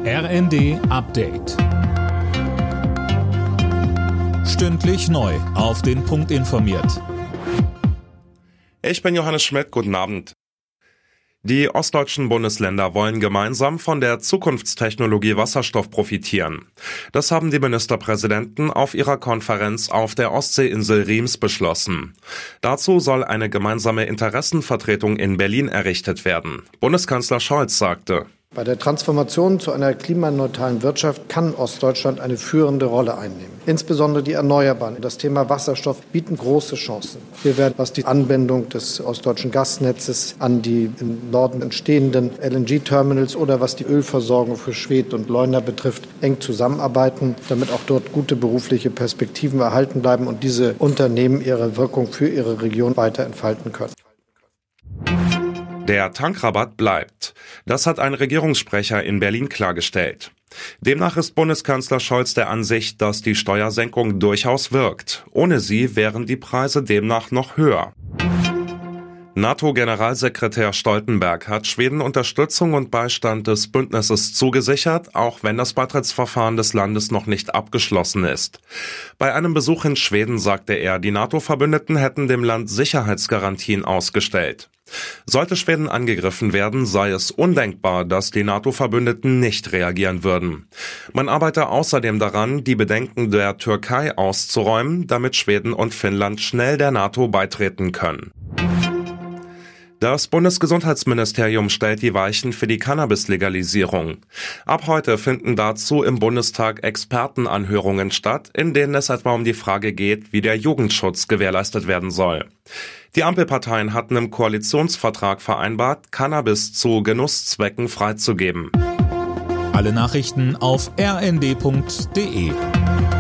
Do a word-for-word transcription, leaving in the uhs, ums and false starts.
R N D Update. Stündlich neu auf den Punkt informiert. Ich bin Johannes Schmidt, guten Abend. Die ostdeutschen Bundesländer wollen gemeinsam von der Zukunftstechnologie Wasserstoff profitieren. Das haben die Ministerpräsidenten auf ihrer Konferenz auf der Ostseeinsel Riems beschlossen. Dazu soll eine gemeinsame Interessenvertretung in Berlin errichtet werden. Bundeskanzler Scholz sagte: Bei der Transformation zu einer klimaneutralen Wirtschaft kann Ostdeutschland eine führende Rolle einnehmen. Insbesondere die Erneuerbaren, das Thema Wasserstoff bieten große Chancen. Wir werden, was die Anbindung des ostdeutschen Gasnetzes an die im Norden entstehenden L N G-Terminals oder was die Ölversorgung für Schwedt und Leuna betrifft, eng zusammenarbeiten, damit auch dort gute berufliche Perspektiven erhalten bleiben und diese Unternehmen ihre Wirkung für ihre Region weiter entfalten können. Der Tankrabatt bleibt. Das hat ein Regierungssprecher in Berlin klargestellt. Demnach ist Bundeskanzler Scholz der Ansicht, dass die Steuersenkung durchaus wirkt. Ohne sie wären die Preise demnach noch höher. NATO-Generalsekretär Stoltenberg hat Schweden Unterstützung und Beistand des Bündnisses zugesichert, auch wenn das Beitrittsverfahren des Landes noch nicht abgeschlossen ist. Bei einem Besuch in Schweden sagte er, die NATO-Verbündeten hätten dem Land Sicherheitsgarantien ausgestellt. Sollte Schweden angegriffen werden, sei es undenkbar, dass die NATO-Verbündeten nicht reagieren würden. Man arbeite außerdem daran, die Bedenken der Türkei auszuräumen, damit Schweden und Finnland schnell der NATO beitreten können. Das Bundesgesundheitsministerium stellt die Weichen für die Cannabis-Legalisierung. Ab heute finden dazu im Bundestag Expertenanhörungen statt, in denen es etwa um die Frage geht, wie der Jugendschutz gewährleistet werden soll. Die Ampelparteien hatten im Koalitionsvertrag vereinbart, Cannabis zu Genusszwecken freizugeben. Alle Nachrichten auf r n d punkt d e.